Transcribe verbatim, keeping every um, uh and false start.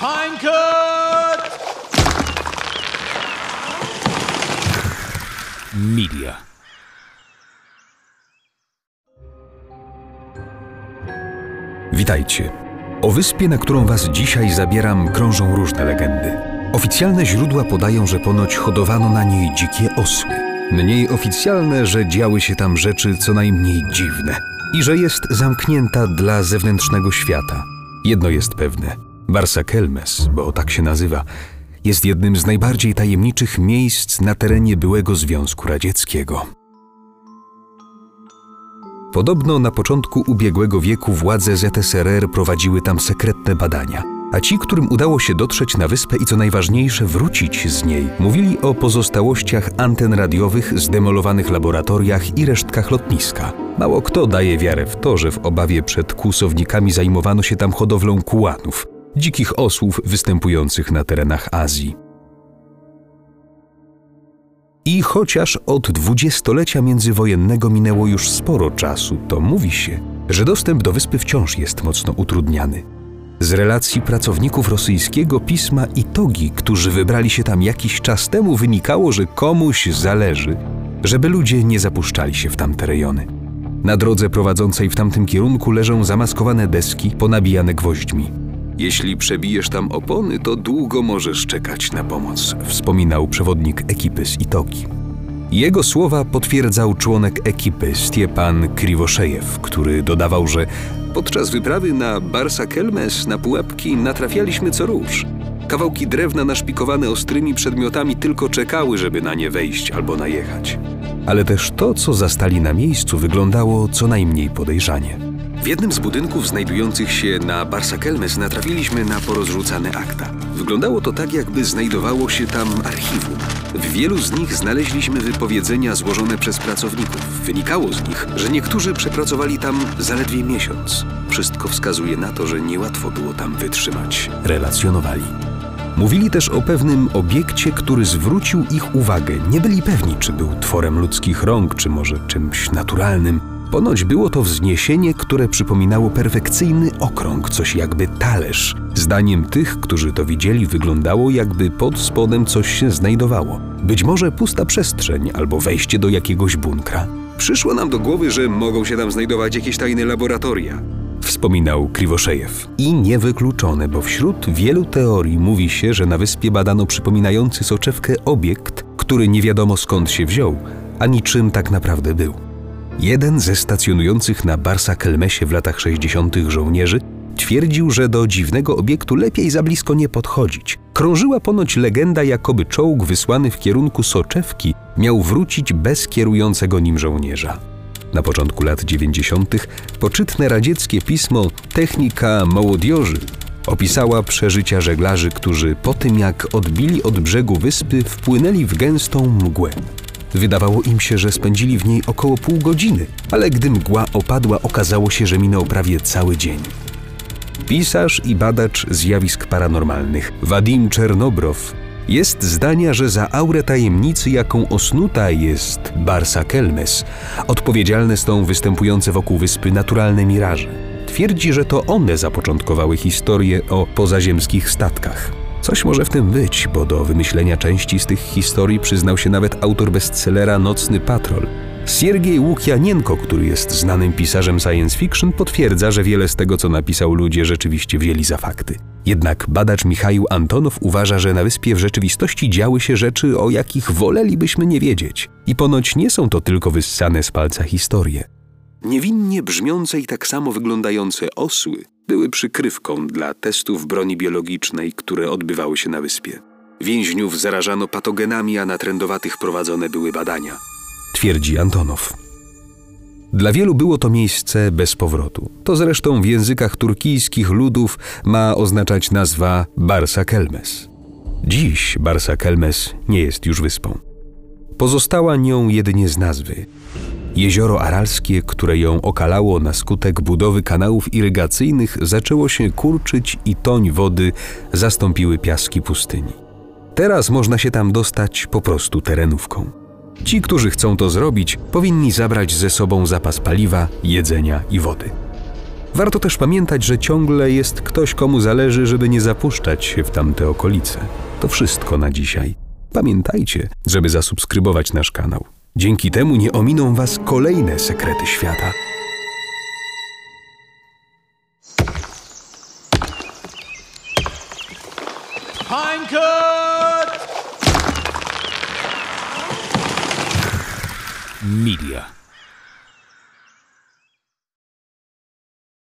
Pinecurt! Media. Witajcie. O wyspie, na którą was dzisiaj zabieram, krążą różne legendy. Oficjalne źródła podają, że ponoć hodowano na niej dzikie osły. Mniej oficjalne, że działy się tam rzeczy co najmniej dziwne i że jest zamknięta dla zewnętrznego świata. Jedno jest pewne. Barsa Kelmes, bo tak się nazywa, jest jednym z najbardziej tajemniczych miejsc na terenie byłego Związku Radzieckiego. Podobno na początku ubiegłego wieku władze Z S R R prowadziły tam sekretne badania, a ci, którym udało się dotrzeć na wyspę i co najważniejsze wrócić z niej, mówili o pozostałościach anten radiowych, zdemolowanych laboratoriach i resztkach lotniska. Mało kto daje wiarę w to, że w obawie przed kłusownikami zajmowano się tam hodowlą kułanów, dzikich osłów występujących na terenach Azji. I chociaż od dwudziestolecia międzywojennego minęło już sporo czasu, to mówi się, że dostęp do wyspy wciąż jest mocno utrudniany. Z relacji pracowników rosyjskiego pisma Itogi, którzy wybrali się tam jakiś czas temu, wynikało, że komuś zależy, żeby ludzie nie zapuszczali się w tamte rejony. Na drodze prowadzącej w tamtym kierunku leżą zamaskowane deski ponabijane gwoźdźmi. Jeśli przebijesz tam opony, to długo możesz czekać na pomoc, wspominał przewodnik ekipy z Itogi. Jego słowa potwierdzał członek ekipy Stjepan Kriwoszejew, który dodawał, że podczas wyprawy na Barsa Kelmes na pułapki natrafialiśmy co róż. Kawałki drewna naszpikowane ostrymi przedmiotami tylko czekały, żeby na nie wejść albo najechać. Ale też to, co zastali na miejscu, wyglądało co najmniej podejrzanie. W jednym z budynków znajdujących się na Barsa Kelmes natrafiliśmy na porozrzucane akta. Wyglądało to tak, jakby znajdowało się tam archiwum. W wielu z nich znaleźliśmy wypowiedzenia złożone przez pracowników. Wynikało z nich, że niektórzy przepracowali tam zaledwie miesiąc. Wszystko wskazuje na to, że niełatwo było tam wytrzymać, relacjonowali. Mówili też o pewnym obiekcie, który zwrócił ich uwagę. Nie byli pewni, czy był tworem ludzkich rąk, czy może czymś naturalnym. Ponoć było to wzniesienie, które przypominało perfekcyjny okrąg, coś jakby talerz. Zdaniem tych, którzy to widzieli, wyglądało, jakby pod spodem coś się znajdowało. Być może pusta przestrzeń albo wejście do jakiegoś bunkra. Przyszło nam do głowy, że mogą się tam znajdować jakieś tajne laboratoria, wspominał Kriwoszejew. I niewykluczone, bo wśród wielu teorii mówi się, że na wyspie badano przypominający soczewkę obiekt, który nie wiadomo skąd się wziął, ani czym tak naprawdę był. Jeden ze stacjonujących na Barsa Kelmesie w latach sześćdziesiątych żołnierzy twierdził, że do dziwnego obiektu lepiej za blisko nie podchodzić. Krążyła ponoć legenda, jakoby czołg wysłany w kierunku soczewki miał wrócić bez kierującego nim żołnierza. Na początku lat dziewięćdziesiątych poczytne radzieckie pismo Technika Mołodioży opisała przeżycia żeglarzy, którzy po tym, jak odbili od brzegu wyspy, wpłynęli w gęstą mgłę. Wydawało im się, że spędzili w niej około pół godziny, ale gdy mgła opadła, okazało się, że minął prawie cały dzień. Pisarz i badacz zjawisk paranormalnych Wadim Czernobrow jest zdania, że za aurę tajemnicy, jaką osnuta jest Barsa Kelmes, odpowiedzialne są występujące wokół wyspy naturalne miraże. Twierdzi, że to one zapoczątkowały historię o pozaziemskich statkach. Coś może w tym być, bo do wymyślenia części z tych historii przyznał się nawet autor bestsellera Nocny Patrol. Siergiej Łukjanienko, który jest znanym pisarzem science fiction, potwierdza, że wiele z tego, co napisał, ludzie rzeczywiście wzięli za fakty. Jednak badacz Michaił Antonow uważa, że na wyspie w rzeczywistości działy się rzeczy, o jakich wolelibyśmy nie wiedzieć. I ponoć nie są to tylko wyssane z palca historie. Niewinnie brzmiące i tak samo wyglądające osły były przykrywką dla testów broni biologicznej, które odbywały się na wyspie. Więźniów zarażano patogenami, a na trędowatych prowadzone były badania, twierdzi Antonow. Dla wielu było to miejsce bez powrotu. To zresztą w językach turkijskich ludów ma oznaczać nazwa Barsa Kelmes. Dziś Barsa Kelmes nie jest już wyspą. Pozostała nią jedynie z nazwy. Jezioro Aralskie, które ją okalało na skutek budowy kanałów irygacyjnych, zaczęło się kurczyć i toń wody zastąpiły piaski pustyni. Teraz można się tam dostać po prostu terenówką. Ci, którzy chcą to zrobić, powinni zabrać ze sobą zapas paliwa, jedzenia i wody. Warto też pamiętać, że ciągle jest ktoś, komu zależy, żeby nie zapuszczać się w tamte okolice. To wszystko na dzisiaj. Pamiętajcie, żeby zasubskrybować nasz kanał. Dzięki temu nie ominą Was kolejne sekrety świata. Media.